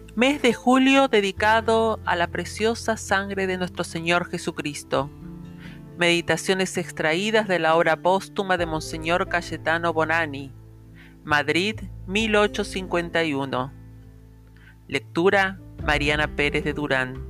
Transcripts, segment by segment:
Mes de julio dedicado a la preciosa sangre de nuestro Señor Jesucristo. Meditaciones extraídas de la obra póstuma de Monseñor Cayetano Bonanni, Madrid, 1851. Lectura Mariana Pérez de Durán.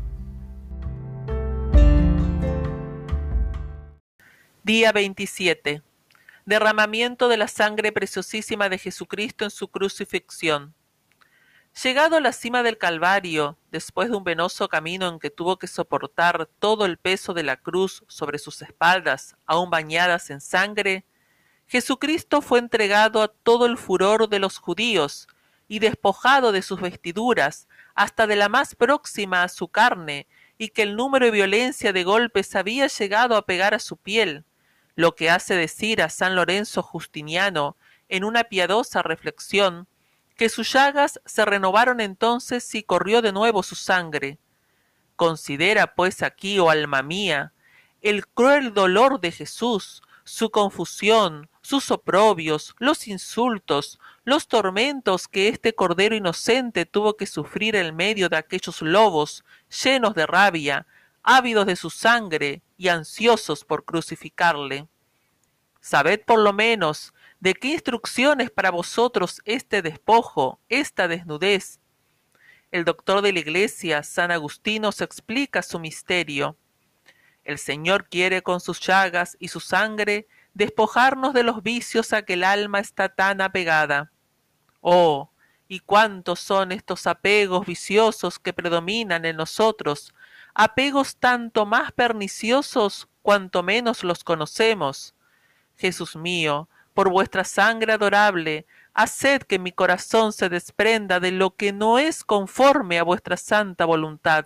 Día 27. Derramamiento de la sangre preciosísima de Jesucristo en su crucifixión. Llegado a la cima del Calvario, después de un penoso camino en que tuvo que soportar todo el peso de la cruz sobre sus espaldas, aún bañadas en sangre, Jesucristo fue entregado a todo el furor de los judíos y despojado de sus vestiduras, hasta de la más próxima a su carne, y que el número y violencia de golpes había llegado a pegar a su piel, lo que hace decir a San Lorenzo Justiniano, en una piadosa reflexión, que sus llagas se renovaron entonces y corrió de nuevo su sangre. Considera pues aquí, oh alma mía, el cruel dolor de Jesús, su confusión, sus oprobios, los insultos, los tormentos que este cordero inocente tuvo que sufrir en medio de aquellos lobos llenos de rabia, ávidos de su sangre y ansiosos por crucificarle. Sabed por lo menos de qué instrucciones para vosotros este despojo, esta desnudez. El doctor de la Iglesia, San Agustín, os explica su misterio. El Señor quiere con sus llagas y su sangre despojarnos de los vicios a que el alma está tan apegada. Oh, y cuántos son estos apegos viciosos que predominan en nosotros, apegos tanto más perniciosos cuanto menos los conocemos. Jesús mío, por vuestra sangre adorable, haced que mi corazón se desprenda de lo que no es conforme a vuestra santa voluntad.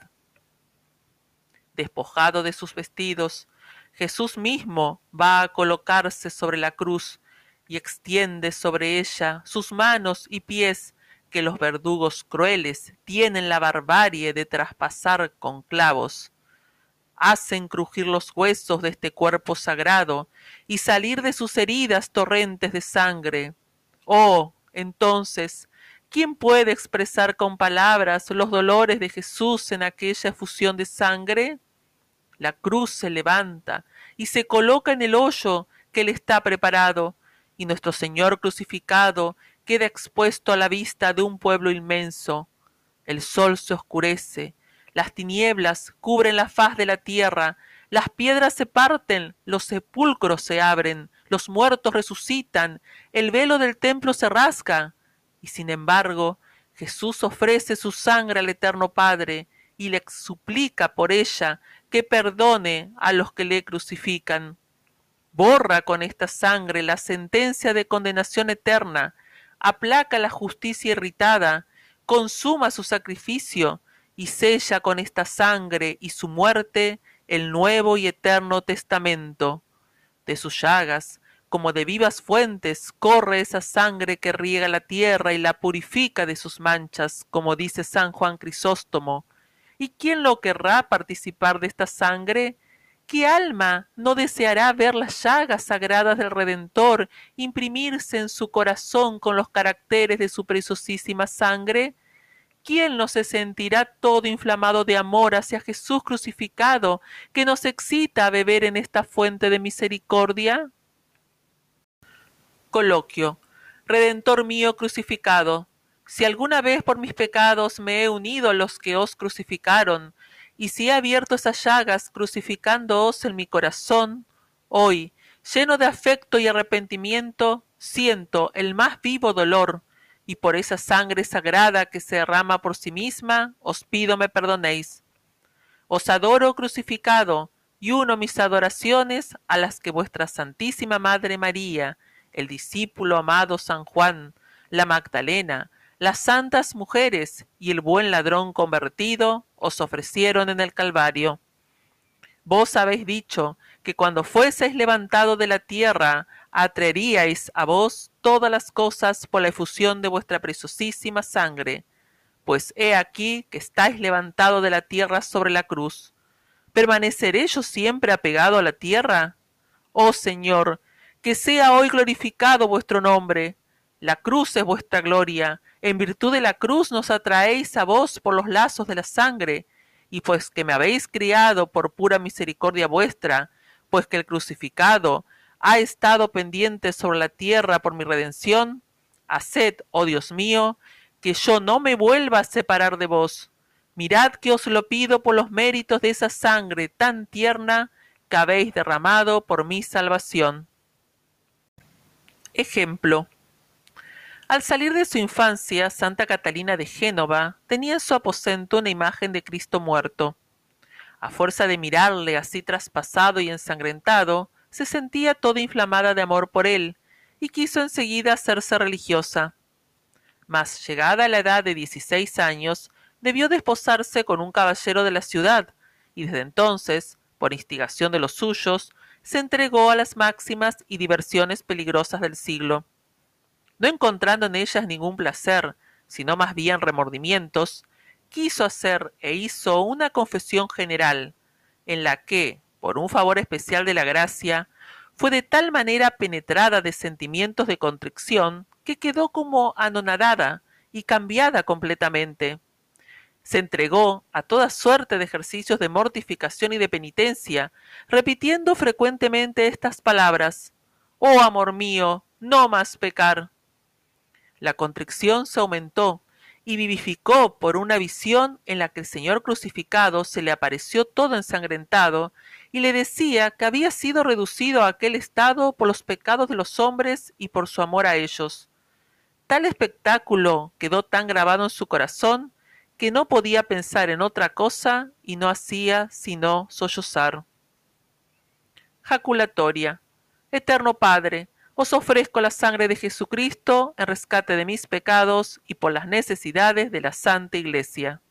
Despojado de sus vestidos, Jesús mismo va a colocarse sobre la cruz y extiende sobre ella sus manos y pies que los verdugos crueles tienen la barbarie de traspasar con clavos. Hacen crujir los huesos de este cuerpo sagrado y salir de sus heridas torrentes de sangre. Oh, entonces, ¿quién puede expresar con palabras los dolores de Jesús en aquella efusión de sangre? La cruz se levanta y se coloca en el hoyo que le está preparado, y nuestro Señor crucificado queda expuesto a la vista de un pueblo inmenso. El sol se oscurece, las tinieblas cubren la faz de la tierra, las piedras se parten, los sepulcros se abren, los muertos resucitan, el velo del templo se rasga, y sin embargo Jesús ofrece su sangre al Eterno Padre y le suplica por ella que perdone a los que le crucifican. Borra con esta sangre la sentencia de condenación eterna, aplaca la justicia irritada, consuma su sacrificio y sella con esta sangre y su muerte el nuevo y eterno testamento. De sus llagas, como de vivas fuentes, corre esa sangre que riega la tierra y la purifica de sus manchas, como dice San Juan Crisóstomo. ¿Y quién lo querrá participar de esta sangre? ¿Qué alma no deseará ver las llagas sagradas del Redentor imprimirse en su corazón con los caracteres de su preciosísima sangre? ¿Quién no se sentirá todo inflamado de amor hacia Jesús crucificado, que nos excita a beber en esta fuente de misericordia? Coloquio. Redentor mío crucificado, si alguna vez por mis pecados me he unido a los que os crucificaron, y si he abierto esas llagas crucificándoos en mi corazón, hoy, lleno de afecto y arrepentimiento, siento el más vivo dolor, y por esa sangre sagrada que se derrama por sí misma, os pido me perdonéis. Os adoro crucificado, y uno mis adoraciones a las que vuestra Santísima Madre María, el discípulo amado San Juan, la Magdalena, las santas mujeres y el buen ladrón convertido os ofrecieron en el Calvario. Vos habéis dicho que cuando fueseis levantado de la tierra atraeríais a vos todas las cosas por la efusión de vuestra preciosísima sangre. Pues he aquí que estáis levantado de la tierra sobre la cruz. ¿Permaneceré yo siempre apegado a la tierra? Oh Señor, que sea hoy glorificado vuestro nombre. La cruz es vuestra gloria, en virtud de la cruz nos atraéis a vos por los lazos de la sangre, y pues que me habéis criado por pura misericordia vuestra, pues que el crucificado ha estado pendiente sobre la tierra por mi redención, haced, oh Dios mío, que yo no me vuelva a separar de vos. Mirad que os lo pido por los méritos de esa sangre tan tierna que habéis derramado por mi salvación. Ejemplo. Al salir de su infancia, Santa Catalina de Génova tenía en su aposento una imagen de Cristo muerto. A fuerza de mirarle así traspasado y ensangrentado, se sentía toda inflamada de amor por él, y quiso enseguida hacerse religiosa. Mas, llegada a la edad de 16 años, debió desposarse con un caballero de la ciudad, y desde entonces, por instigación de los suyos, se entregó a las máximas y diversiones peligrosas del siglo. No encontrando en ellas ningún placer, sino más bien remordimientos, quiso hacer e hizo una confesión general, en la que, por un favor especial de la gracia, fue de tal manera penetrada de sentimientos de contrición que quedó como anonadada y cambiada completamente. Se entregó a toda suerte de ejercicios de mortificación y de penitencia, repitiendo frecuentemente estas palabras: «Oh amor mío, no más pecar». La contrición se aumentó y vivificó por una visión en la que el Señor crucificado se le apareció todo ensangrentado y le decía que había sido reducido a aquel estado por los pecados de los hombres y por su amor a ellos. Tal espectáculo quedó tan grabado en su corazón que no podía pensar en otra cosa y no hacía sino sollozar. Jaculatoria. Eterno Padre, os ofrezco la sangre de Jesucristo en rescate de mis pecados y por las necesidades de la Santa Iglesia.